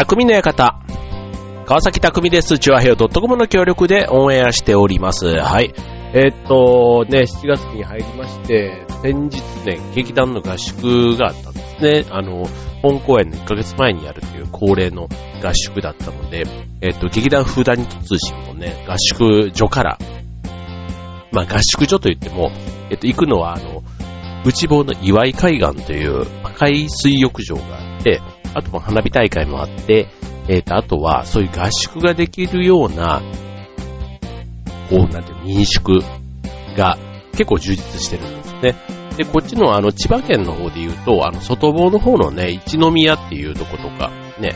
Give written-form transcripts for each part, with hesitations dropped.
匠の館。川崎匠です。チュアヘオ .com の協力でオンエアしております。はい。7月に入りまして、先日ね、劇団の合宿があったんですね。本公演の1ヶ月前にやるという恒例の合宿だったので、劇団フーダニット通信もね、合宿所から、まあ合宿所といっても、行くのは内房の岩井海岸という海水浴場があって、あとも花火大会もあって、あとはそういう合宿ができるような、民宿が結構充実してるんですね。で、こっちの千葉県の方で言うと、外房の方のね、一宮っていうとことか、ね、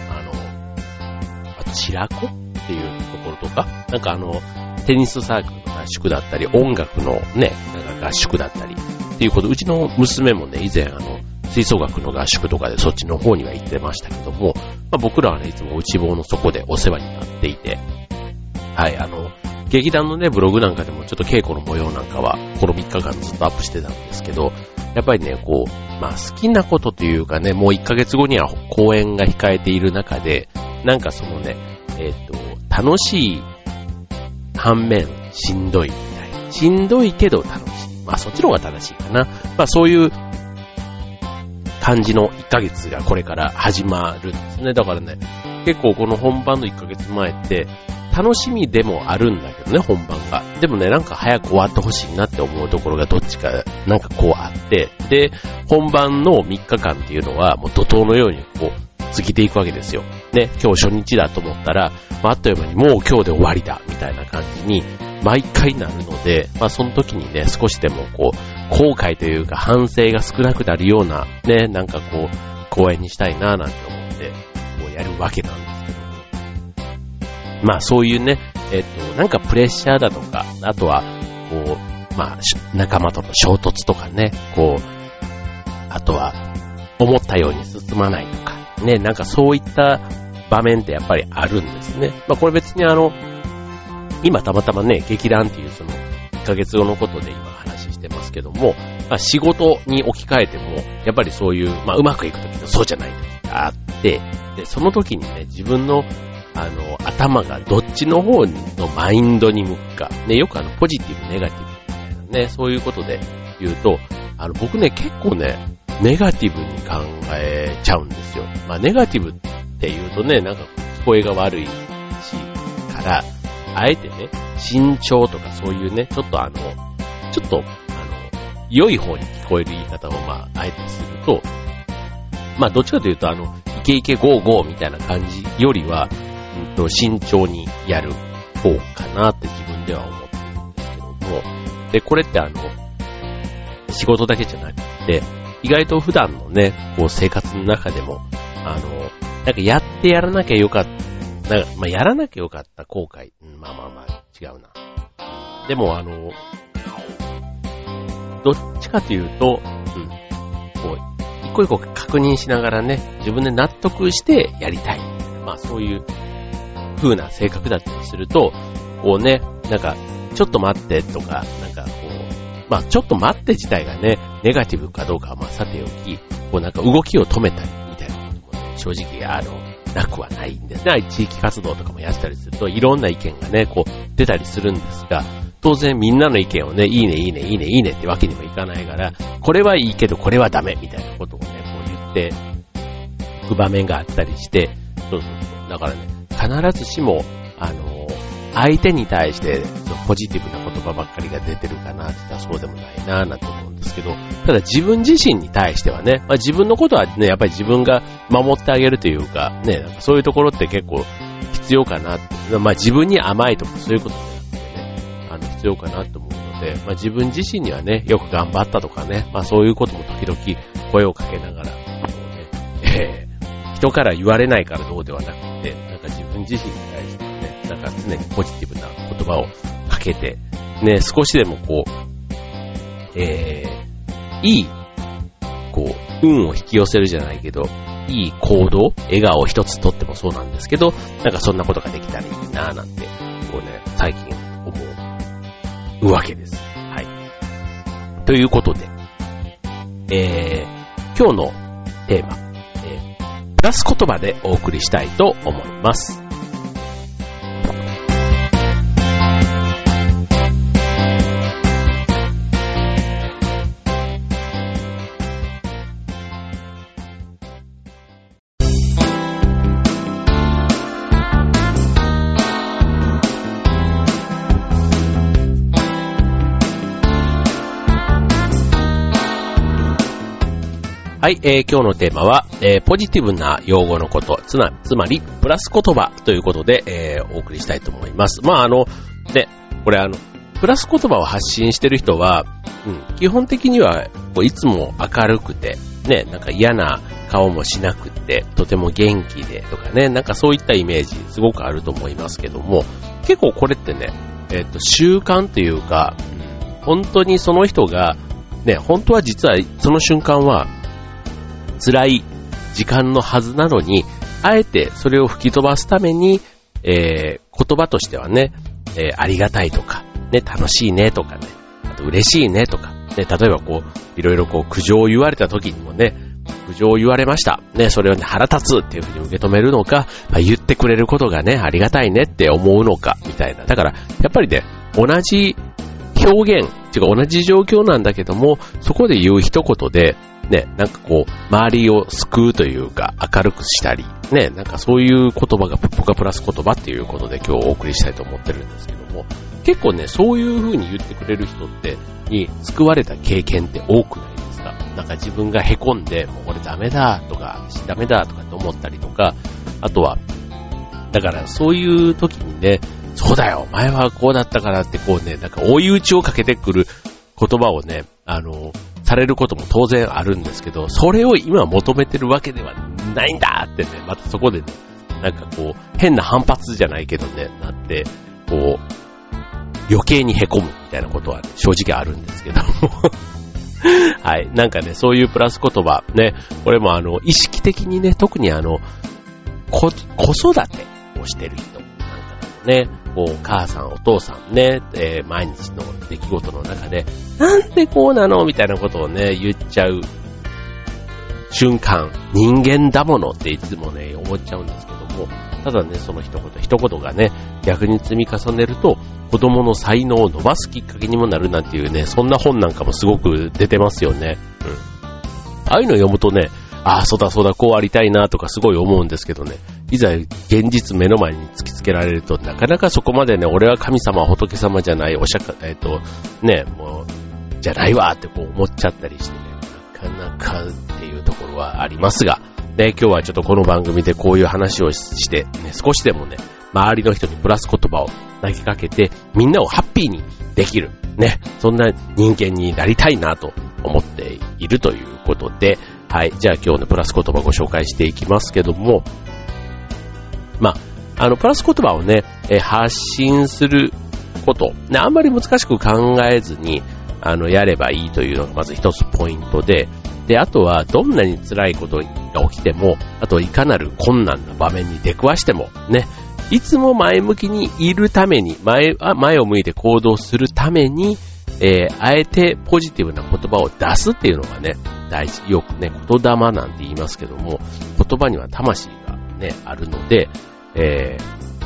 白子っていうところとか、なんかテニスサークルの合宿だったり、音楽のね、なんか合宿だったり、っていうこと、うちの娘もね、以前吹奏楽の合宿とかでそっちの方には行ってましたけども、まあ、僕らはね、いつも内房の底でお世話になっていて、はい、劇団のね、ブログなんかでもちょっと稽古の模様なんかは、この3日間ずっとアップしてたんですけど、やっぱりね、まあ好きなことというかね、もう1ヶ月後には公演が控えている中で、なんかそのね、楽しい反面、しんどいみたいな。しんどいけど楽しい。まあそっちの方が正しいかな。まあそういう感じの1ヶ月がこれから始まるんですね。だからね、結構この本番の1ヶ月前って、楽しみでもあるんだけどね、本番が。でもね、なんか早く終わってほしいなって思うところがどっちか、なんかあって、で、本番の3日間っていうのは、もう怒涛のように過ぎていくわけですよ。ね、今日初日だと思ったら、あっという間にもう今日で終わりだ、みたいな感じに、毎回なるので、まあその時にね、少しでも後悔というか反省が少なくなるような、ね、なんか公演にしたいななんて思って、やるわけなんですけど。まあそういうね、なんかプレッシャーだとか、あとは、まあ仲間との衝突とかね、あとは思ったように進まないとか、ね、なんかそういった場面ってやっぱりあるんですね。まあこれ別に今たまたまね、劇団っていうその1ヶ月後のことで今話してますけども、まあ仕事に置き換えても、やっぱりそういう、まあうまくいくときとそうじゃないときがあって、で、その時にね、自分の頭がどっちの方のマインドに向くか。ね、よくポジティブ、ネガティブみたいなね、そういうことで言うと、僕ね、結構ね、ネガティブに考えちゃうんですよ。まあ、ネガティブって言うとね、なんか聞こえが悪いし、から、あえてね、慎重とかそういうね、ちょっと良い方に聞こえる言い方をまあ、あえてすると、まあ、どっちかというとイケイケゴーゴーみたいな感じよりは、慎重にやる方かなって自分では思ってるんですけども、で、これって仕事だけじゃなくて、意外と普段のね、生活の中でも、なんかやってやらなきゃよかった、まあ、やらなきゃよかった後悔、まあ、違うな。でもどっちかというと、一個一個確認しながらね、自分で納得してやりたい。まあそういう風な性格だったりすると、なんか、ちょっと待ってとか、なんかまあちょっと待って自体がね、ネガティブかどうかはまあさておき、なんか動きを止めたりみたいなこともね、正直なくはないんですね。地域活動とかもやったりすると、いろんな意見がね、出たりするんですが、当然みんなの意見をね、いいねってわけにもいかないから、これはいいけどこれはダメみたいなことをね、言っていく場面があったりして、そう。だからね、必ずしも、相手に対してポジティブな言葉ばっかりが出てるかなって言ったらそうでもないなぁなんて思うんですけど、ただ自分自身に対してはね、まあ、自分のことはね、やっぱり自分が守ってあげるというか、ね、なんかそういうところって結構必要かなって、まあ自分に甘いとかそういうことじゃなくてね、必要かなと思うので、まあ自分自身にはね、よく頑張ったとかね、まあそういうことも時々声をかけながら、人から言われないからどうではなくて、なんか自分自身に対してね、なんか常にポジティブな言葉をかけて、ね、少しでもいい、運を引き寄せるじゃないけど、いい行動、笑顔を一つとってもそうなんですけど、なんかそんなことができたらいいなぁなんて、最近思うわけです。はい。ということで、今日のテーマ、 プラス言葉でお送りしたいと思います。はい、今日のテーマは、ポジティブな用語のこと、つまり、プラス言葉ということで、お送りしたいと思います。これプラス言葉を発信してる人は、基本的には、いつも明るくて、ね、なんか嫌な顔もしなくて、とても元気でとかね、なんかそういったイメージ、すごくあると思いますけども、結構これってね、習慣というか、本当にその人が、ね、本当は実はその瞬間は、辛い時間のはずなのに、あえてそれを吹き飛ばすために、言葉としてはね、ありがたいとか、ね、楽しいねとかね、あと嬉しいねとか、ね、例えばいろいろ苦情を言われた時にもね、苦情を言われました。ね、それをね、腹立つっていう風に受け止めるのか、言ってくれることがね、ありがたいねって思うのか、みたいな。だから、やっぱりね、同じ表現、同じ状況なんだけども、そこで言う一言で、ね、なんか周りを救うというか、明るくしたり、ね、なんかそういう言葉が、僕はプラス言葉っていうことで今日お送りしたいと思ってるんですけども、結構ね、そういう風に言ってくれる人に救われた経験って多くないですか？なんか自分が凹んで、もうこれダメだとかと思ったりとか、あとは、だからそういう時にね、そうだよ、前はこうだったからってなんか追い打ちをかけてくる言葉をね、されることも当然あるんですけど、それを今求めてるわけではないんだってね、またそこでね、なんか変な反発じゃないけどね、なって、余計に凹むみたいなことは、ね、正直あるんですけどはい、なんかね、そういうプラス言葉、ね、これも意識的にね、特に子育てをしてる人なんかだとね、お母さん、お父さんね、毎日の出来事の中で、なんでこうなのみたいなことをね、言っちゃう瞬間、人間だものっていつもね、思っちゃうんですけども、ただね、その一言がね、逆に積み重ねると、子供の才能を伸ばすきっかけにもなるなんていうね、そんな本なんかもすごく出てますよね。ああいうの読むとね、そうだ、こうありたいなとかすごい思うんですけどね、いざ現実目の前に突きつけられると、なかなかそこまでね、俺は神様、仏様じゃない、ね、もう、じゃないわって思っちゃったりしてね、なかなかっていうところはありますが、ね、今日はちょっとこの番組でこういう話をして、ね、少しでもね、周りの人にプラス言葉を投げかけて、みんなをハッピーにできる、ね、そんな人間になりたいなと思っているということで、はい、じゃあ今日のプラス言葉をご紹介していきますけども、プラス言葉をね、発信すること、ね、あんまり難しく考えずに、やればいいというのがまず一つポイントで、あとはどんなに辛いことが起きても、あといかなる困難な場面に出くわしても、ね、いつも前向きにいるために、前を向いて行動するために、あえてポジティブな言葉を出すっていうのがね、大事。よくね、言霊なんて言いますけども、言葉には魂がね、あるので、言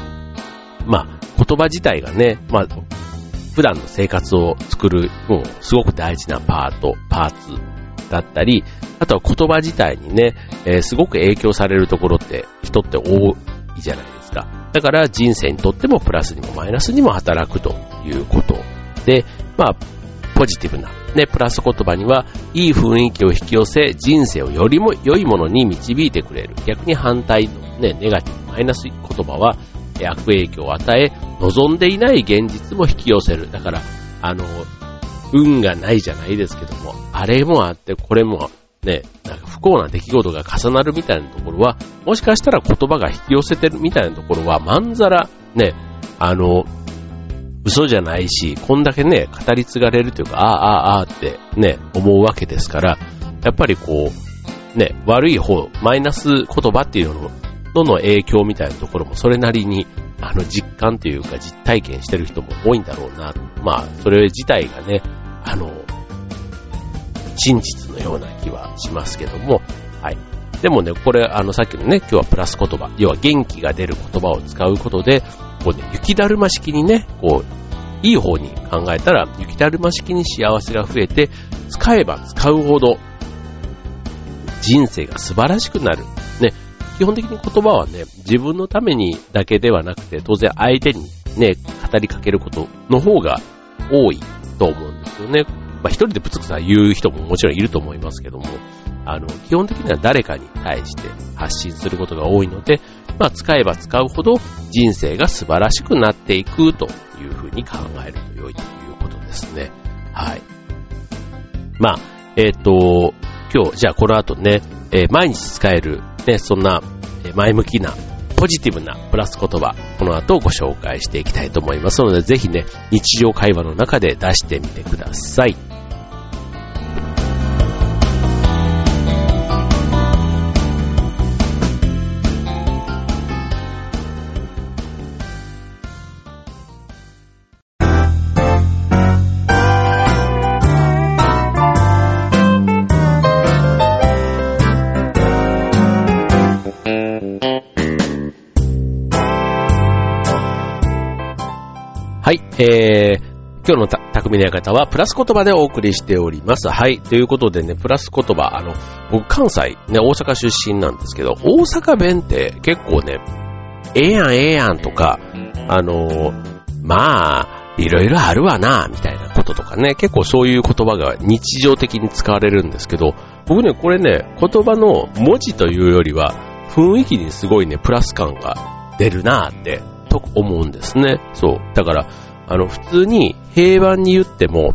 葉自体がね、普段の生活を作る、もうすごく大事なパーツだったり、あとは言葉自体にね、すごく影響されるところって人って多いじゃないですか。だから人生にとってもプラスにもマイナスにも働くということで、ポジティブなね、プラス言葉にはいい雰囲気を引き寄せ、人生をよりも良いものに導いてくれる。逆に反対のね、ネガティブマイナス言葉は悪影響を与え、望んでいない現実も引き寄せる。だから運がないじゃないですけども、あれもあってこれもね、なんか不幸な出来事が重なるみたいなところは、もしかしたら言葉が引き寄せてるみたいなところは、まんざらね、嘘じゃないし、こんだけね、語り継がれるというか、ってね、思うわけですから、やっぱりね、悪い方、マイナス言葉っていうのの影響みたいなところもそれなりに、実感というか実体験してる人も多いんだろうな。それ自体がね、真実のような気はしますけども、はい。 でもね、これ、さっきのね、今日はプラス言葉、要は元気が出る言葉を使うことで、こうね、雪だるま式にね、こう、いい方に考えたら、雪だるま式に幸せが増えて、使えば使うほど、人生が素晴らしくなる。ね、基本的に言葉はね、自分のためにだけではなくて、当然相手にね、語りかけることの方が多いと思うんですよね。まあ一人でぶつくさ言う人ももちろんいると思いますけども、基本的には誰かに対して発信することが多いので、まあ使えば使うほど人生が素晴らしくなっていくというふうに考えると良いということですね。はい。まあ、今日、じゃあこの後ね、毎日使える、ね、そんな前向きな、ポジティブなプラス言葉、この後ご紹介していきたいと思いますので、ぜひね、日常会話の中で出してみてください。はい、今日の匠の館はプラス言葉でお送りしております。はい、ということでね、プラス言葉、僕関西、ね、大阪出身なんですけど、大阪弁って結構ね、ええやんとか、まあ、いろいろあるわな、みたいなこととかね、結構そういう言葉が日常的に使われるんですけど、僕ね、これね、言葉の文字というよりは、雰囲気にすごいね、プラス感が出るなって、と思うんですね。そう。だから、普通に平板に言っても、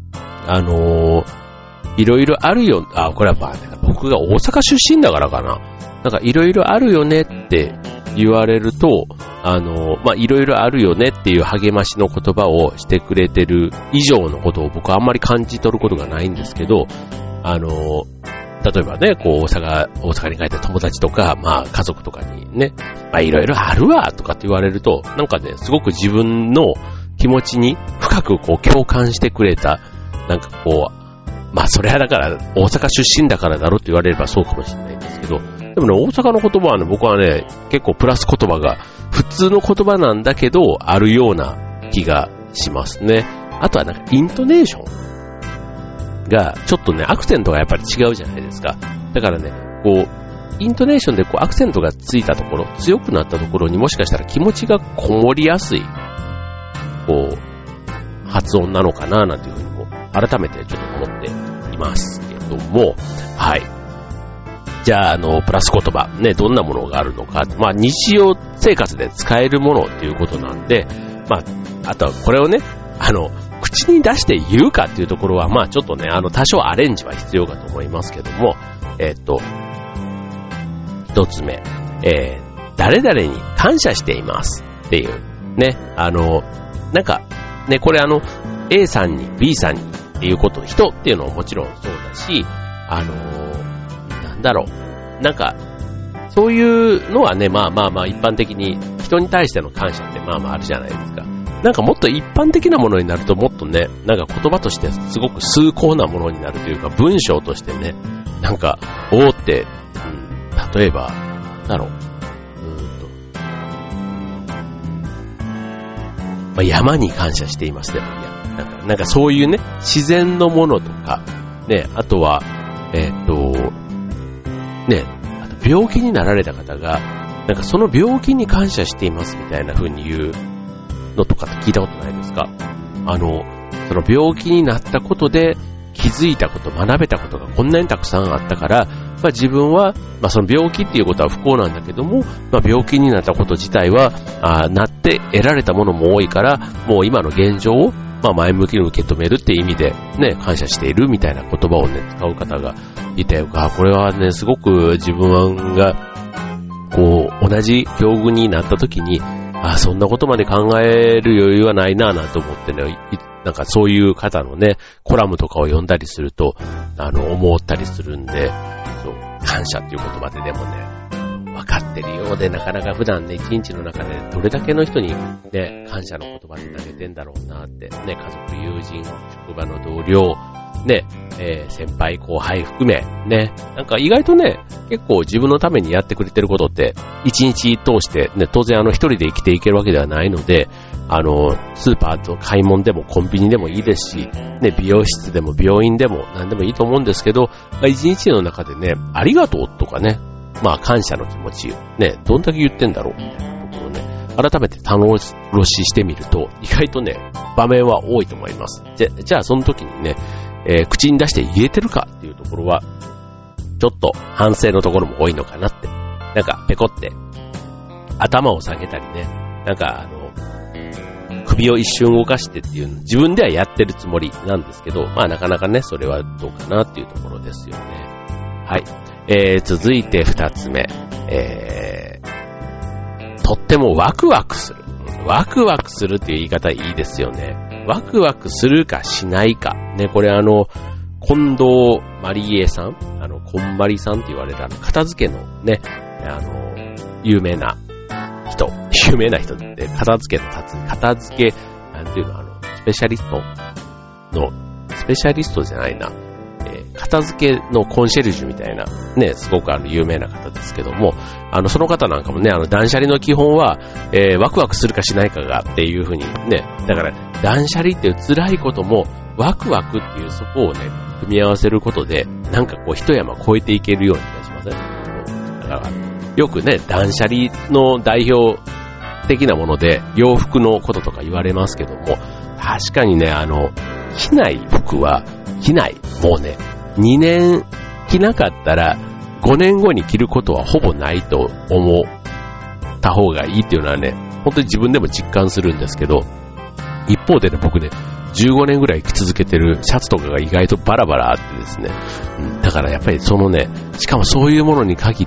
いろいろあるよ、これはまあ、僕が大阪出身だからかな。なんかいろいろあるよねって言われると、まあ、いろいろあるよねっていう励ましの言葉をしてくれてる以上のことを僕はあんまり感じ取ることがないんですけど、例えばね、こう大阪に帰った友達とか、まあ家族とかにね、まあいろいろあるわとかって言われると、なんかね、すごく自分の気持ちに深くこう共感してくれた、なんかこう、まあそれはだから大阪出身だからだろって言われればそうかもしれないんですけど、でもね、大阪の言葉はね、僕はね、結構プラス言葉が普通の言葉なんだけど、あるような気がしますね。あとはなんかイントネーションがちょっとねアクセントがやっぱり違うじゃないですか。だからね、こうイントネーションでこうアクセントがついたところ、強くなったところにもしかしたら気持ちがこもりやすいこう発音なのかななんていうふうにも改めてちょっと思っていますけども、はい。じゃあプラス言葉ね、どんなものがあるのか、まあ日常生活で使えるものっていうことなんで、まああとはこれをね口に出して言うかっていうところは、まあちょっとね、多少アレンジは必要かと思いますけども、一つ目、誰々に感謝していますっていう、ね、なんか、ね、これA さんに B さんにっていうこと、人っていうのはもちろんそうだし、なんだろう、なんか、そういうのはね、まあ一般的に人に対しての感謝ってまああるじゃないですか。なんかもっと一般的なものになるともっとね、なんか言葉としてすごく崇高なものになるというか、文章としてね、なんか、って、例えば、なんだろう、まあ、山に感謝していますね。なんかそういうね、自然のものとか、ね、あとは、ね、あと病気になられた方が、なんかその病気に感謝していますみたいな風に言うのとかって聞いたことないですか？その病気になったことで気づいたこと、学べたことがこんなにたくさんあったから、まあ自分は、まあその病気っていうことは不幸なんだけども、まあ病気になったこと自体は、なって得られたものも多いから、もう今の現状を、まあ前向きに受け止めるっていう意味でね、感謝しているみたいな言葉をね、使う方がいて、これはね、すごく自分が、こう、同じ境遇になった時に、そんなことまで考える余裕はないなぁなんて思ってね、なんかそういう方のね、コラムとかを読んだりすると、思ったりするんで、そう、感謝っていう言葉ででもね、分かってるようで、なかなか普段ね、一日の中でどれだけの人にね、感謝の言葉って投げてんだろうなって、ね、家族、友人、職場の同僚、 ね、先輩後輩含め、ね、なんか意外とね、結構自分のためにやってくれてることって、一日通して、ね、当然一人で生きていけるわけではないので、スーパーと買い物でもコンビニでもいいですし、ね、美容室でも病院でも何でもいいと思うんですけど、一日の中でね、ありがとうとかね、まあ感謝の気持ち、ね、どんだけ言ってんだろうみたいなところをね、改めて楽ししてみると、意外とね、場面は多いと思います。じゃあその時にね、口に出して言えてるかっていうところは、ちょっと反省のところも多いのかなって。なんか、ペコって、頭を下げたりね、なんか首を一瞬動かしてっていう、自分ではやってるつもりなんですけど、まあなかなかね、それはどうかなっていうところですよね。はい。続いて二つ目。とってもワクワクする。ワクワクするっていう言い方いいですよね。ワクワクするかしないか。ね、これ近藤まりえさん、こんまりさんって言われる片付けのね、有名な人って片付けなんていうの、スペシャリストじゃないな、片付けのコンシェルジュみたいな、ね、すごく有名な方ですけども、その方なんかもね、断捨離の基本は、ワクワクするかしないかがっていう風にね、だから断捨離っていう辛いこともワクワクっていうそこをね、組み合わせることで、なんかこう一山越えていけるような気がしますね。だからよくね、断捨離の代表的なもので洋服のこととか言われますけども、確かにね、着ない服は着ない。もうね、2年着なかったら5年後に着ることはほぼないと思った方がいいっていうのはね、本当に自分でも実感するんですけど、一方でね、僕ね、15年ぐらい着続けてるシャツとかが意外とバラバラあってですね、だからやっぱりそのね、しかもそういうものに限って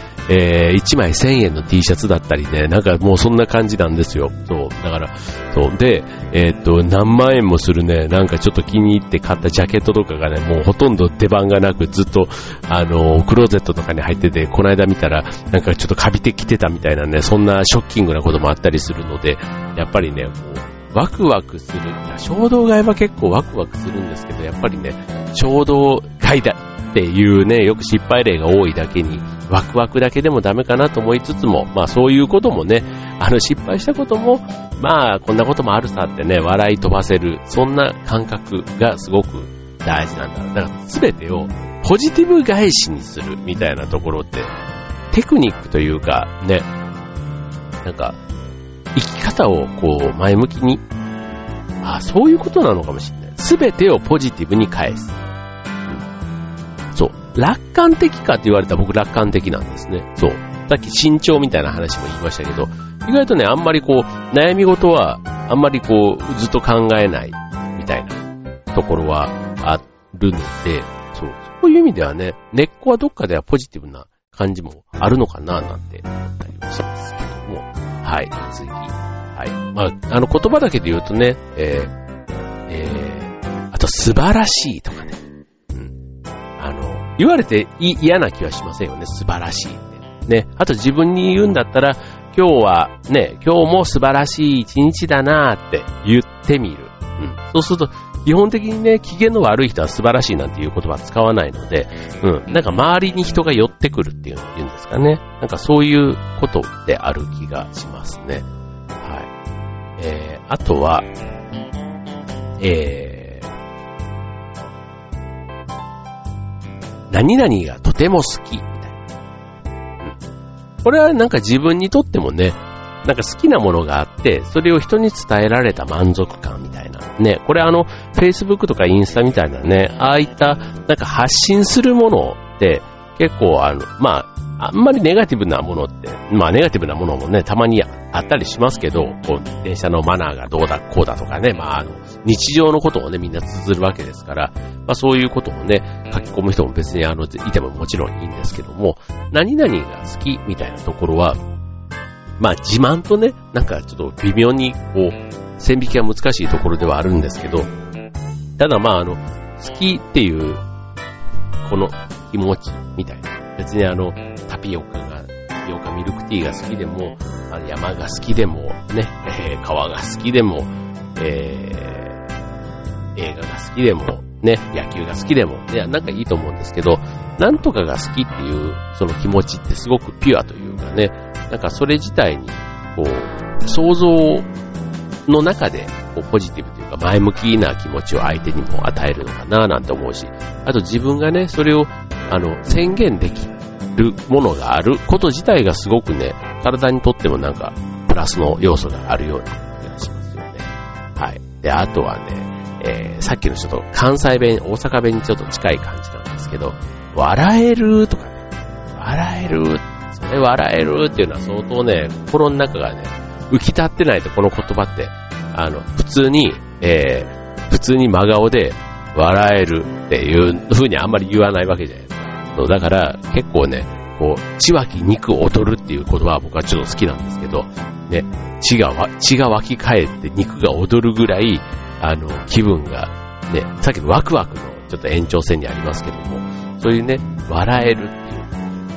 、1枚1000円の T シャツだったりね、なんかもうそんな感じなんですよ。そう、だから、そうで、何万円もするね、なんかちょっと気に入って買ったジャケットとかがね、もうほとんど出番がなくずっと、クローゼットとかに入ってて、この間見たら、なんかちょっとカビてきてたみたいなね、そんなショッキングなこともあったりするので、やっぱりね、こう、ワクワクする。衝動買いは結構ワクワクするんですけど、やっぱりね、衝動買いだっていうね、よく失敗例が多いだけに、ワクワクだけでもダメかなと思いつつも、まあそういうこともね、失敗したことも、まあこんなこともあるさってね、笑い飛ばせる、そんな感覚がすごく大事なんだ。だから全てをポジティブ返しにするみたいなところって、テクニックというか、ね、なんか、生き方をこう前向きに、そういうことなのかもしれない。すべてをポジティブに返す。そう。楽観的かって言われたら僕楽観的なんですね。そう。さっき慎重みたいな話も言いましたけど、意外とね、あんまりこう、悩み事は、あんまりこう、ずっと考えないみたいなところはあるので、そういう意味ではね、根っこはどっかではポジティブな感じもあるのかななんて思ったりもしますけども。はい、次。はい。まあ、言葉だけで言うとね、あと素晴らしいとかね。言われて嫌な気はしませんよね、素晴らしいって。ね。あと自分に言うんだったら、今日も素晴らしい一日だなーって言ってみる。そうすると、基本的にね、機嫌の悪い人は素晴らしいなんていう言葉は使わないので、なんか周りに人が寄ってくるっていうのを言うんですかね。なんかそういうことである気がしますね。はい。あとは、何々がとても好きみたいな。これはなんか自分にとってもね、なんか好きなものがあって、それを人に伝えられた満足感みたいな。ね、これFacebook とかインスタみたいなね、ああいったなんか発信するものって結構あんまりネガティブなものって、ネガティブなものもね、たまにあったりしますけど、こう、電車のマナーがどうだ、こうだとかね、日常のことをね、みんな綴るわけですから、そういうことをね、書き込む人も別にいてももちろんいいんですけども、何々が好きみたいなところは、自慢とね、なんかちょっと微妙にこう、線引きが難しいところではあるんですけど、ただ好きっていう、この気持ちみたいな。別にタピオカミルクティーが好きでも、山が好きでも、ね、川が好きでも、映画が好きでも、 ね、野球が好きでも、ね、なんかいいと思うんですけど、なんとかが好きっていうその気持ちってすごくピュアというかね、なんかそれ自体に、こう、想像の中で、こう、ポジティブというか前向きな気持ちを相手にも与えるのかななんて思うし、あと自分がね、それを、宣言できるものがあること自体がすごくね、体にとってもなんか、プラスの要素があるような気がしますよね。はい。で、あとはね、さっきのちょっと関西弁、大阪弁にちょっと近い感じなんですけど、笑えるとかね、笑える、それ笑えるっていうのは相当ね、心の中がね、浮き立ってないとこの言葉って、普通に真顔で笑えるっていう風にあんまり言わないわけじゃないですか。だから結構ね、こう、血湧き肉踊るっていう言葉は僕はちょっと好きなんですけど、ね、血が湧き返って肉が踊るぐらい、気分が、ね、さっきのワクワクのちょっと延長線にありますけども、そういうね、笑えるっていう、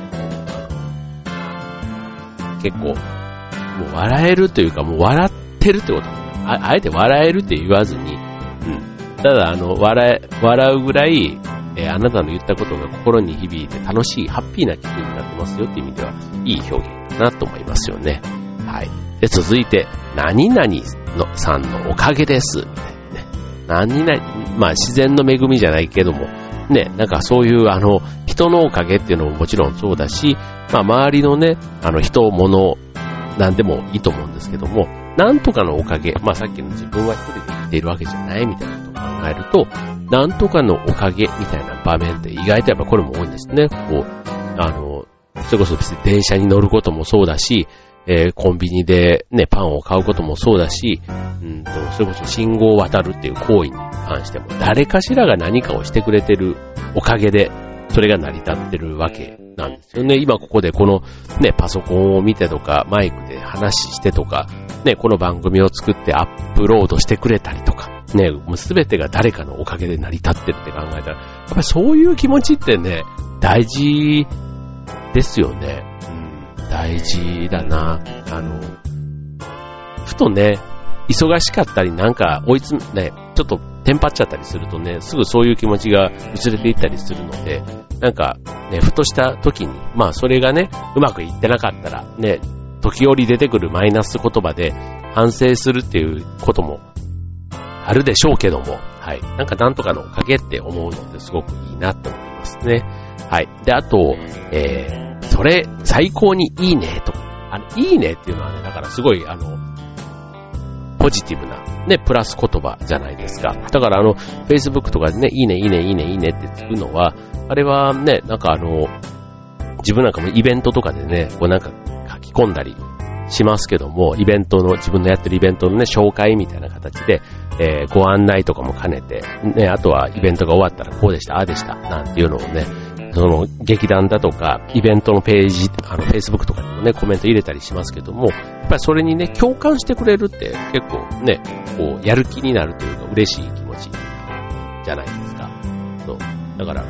結構、もう笑えるというか、もう笑ってるってこと。あえて笑えるって言わずに、ただ笑うぐらい、あなたの言ったことが心に響いて楽しい、ハッピーな気分になってますよっていう意味では、いい表現だなと思いますよね。はい。で、続いて、何々さんのおかげです。みたいなね。何々、まあ自然の恵みじゃないけども、ね、なんかそういう人のおかげっていうのももちろんそうだし、まあ周りのね、人、物、なんでもいいと思うんですけども、なんとかのおかげ、まあさっきの自分は一人で生きているわけじゃないみたいなことを考えると、なんとかのおかげみたいな場面って意外とやっぱこれも多いんですね。こう、それこそ別に電車に乗ることもそうだし、コンビニでね、パンを買うこともそうだし、それこそ信号を渡るっていう行為に関しても、誰かしらが何かをしてくれてるおかげで、それが成り立ってるわけなんですよね。今ここでこのね、パソコンを見てとか、マイクで話してとか、ね、この番組を作ってアップロードしてくれたりとか、ね、もうすべてが誰かのおかげで成り立ってるって考えたら、やっぱりそういう気持ちってね、大事ですよね。大事だな。ふとね、忙しかったりなんかね、ちょっとテンパっちゃったりするとね、すぐそういう気持ちが薄れていったりするので、なんかね、ふとした時に、まあそれがね、うまくいってなかったら、ね、時折出てくるマイナス言葉で反省するっていうこともあるでしょうけども、はい。なんとかのおかげって思うのってすごくいいなって思いますね。はい。で、あと、それ最高にいいねとか、いいねっていうのはね、だからすごいポジティブなね、プラス言葉じゃないですか。だからFacebook とかでね、いいねいいねいいねいいねってつくのは、あれはね、なんか自分なんかもイベントとかでね、こうなんか書き込んだりしますけども、自分のやってるイベントのね、紹介みたいな形で、ご案内とかも兼ねて、ね、あとはイベントが終わったらこうでした、ああでした、なんていうのをね、その劇団だとかイベントのページ、Facebook とかにもね、コメント入れたりしますけども、やっぱりそれにね、共感してくれるって結構ね、こうやる気になるというか嬉しい気持ちじゃないですか。そう。だから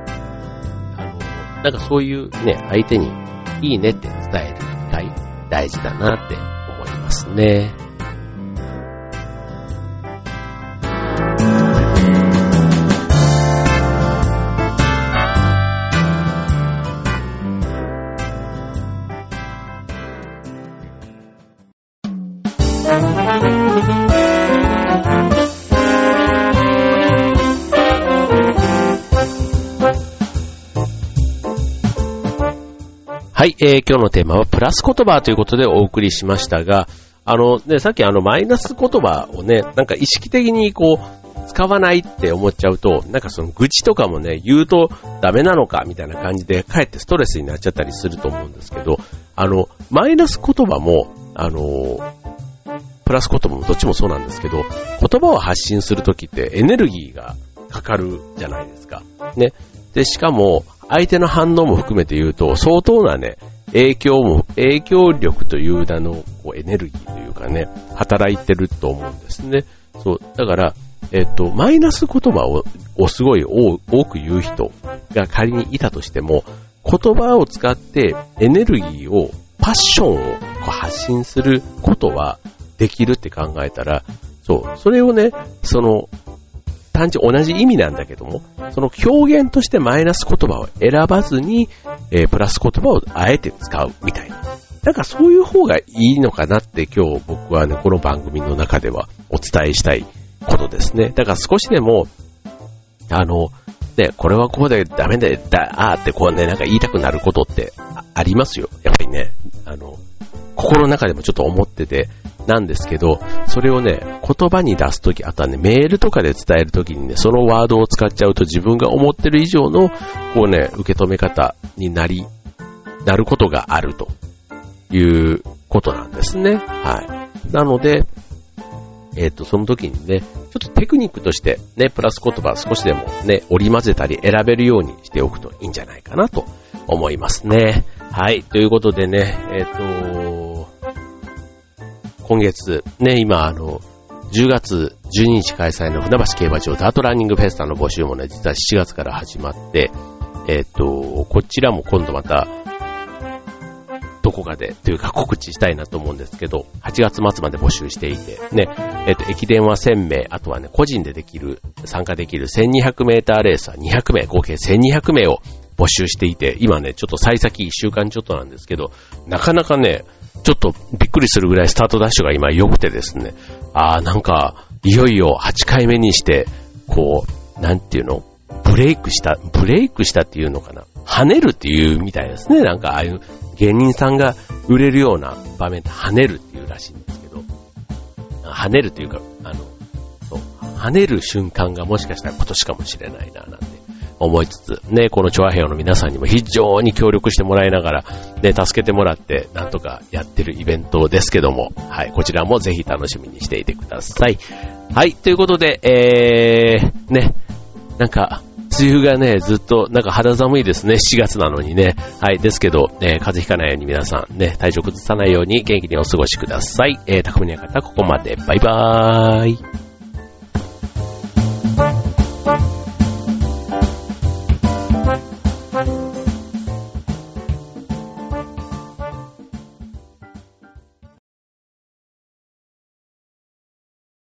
なんかそういうね、相手にいいねって伝える機会大事だなって思いますね。はい、今日のテーマはプラス言葉ということでお送りしましたが、ね、さっきマイナス言葉をね、なんか意識的にこう、使わないって思っちゃうと、なんかその愚痴とかもね、言うとダメなのかみたいな感じで、かえってストレスになっちゃったりすると思うんですけど、マイナス言葉も、プラス言葉もどっちもそうなんですけど、言葉を発信するときってエネルギーがかかるじゃないですか。ね。で、しかも、相手の反応も含めて言うと、相当なね、影響力という名のこうエネルギーというかね、働いてると思うんですね。そう、だから、マイナス言葉をすごい多く言う人が仮にいたとしても、言葉を使ってエネルギーを、パッションを発信することはできるって考えたら、そう、それをね、 単純同じ意味なんだけども、その表現としてマイナス言葉を選ばずに、プラス言葉をあえて使うみたいな。なんかそういう方がいいのかなって今日僕はね、この番組の中ではお伝えしたいことですね。だから少しでも、ね、これはこうでダメで、ってこうね、なんか言いたくなることってありますよ。やっぱりね、心の中でもちょっと思ってて、なんですけど、それをね、言葉に出すとき、あとはね、メールとかで伝えるときにね、そのワードを使っちゃうと自分が思ってる以上の、こうね、受け止め方になることがあるということなんですね。はい。なので、その時にね、ちょっとテクニックとしてね、プラス言葉少しでもね、織り交ぜたり選べるようにしておくといいんじゃないかなと思いますね。はい。ということでね、今月ね、今10月12日開催の船橋競馬場ダートランニングフェスタの募集もね、実は7月から始まって、こちらも今度また、どこかでというか告知したいなと思うんですけど、8月末まで募集していて、ね、駅伝は1000名、あとはね、個人で参加できる1200メーターレーサー200名、合計1200名を募集していて、今ね、ちょっと幸先1週間ちょっとなんですけど、なかなかね、ちょっとびっくりするぐらいスタートダッシュが今良くてですね、なんか、いよいよ8回目にして、こう、なんていうの？ブレイクしたっていうのかな？跳ねるっていうみたいですね。なんかああいう芸人さんが売れるような場面で跳ねるっていうらしいんですけど、跳ねるっていうか、跳ねる瞬間がもしかしたら今年かもしれないな、なんて思いつつ、ね、このチョアヘヨの皆さんにも非常に協力してもらいながら、ね、助けてもらって、なんとかやってるイベントですけども、はい、こちらもぜひ楽しみにしていてください。はい、ということで、ね、なんか、梅雨がね、ずっと、なんか肌寒いですね。7月なのにね。はい。ですけど、風邪ひかないように皆さんね、体調崩さないように元気にお過ごしください。匠の館ここまで。バイバーイ。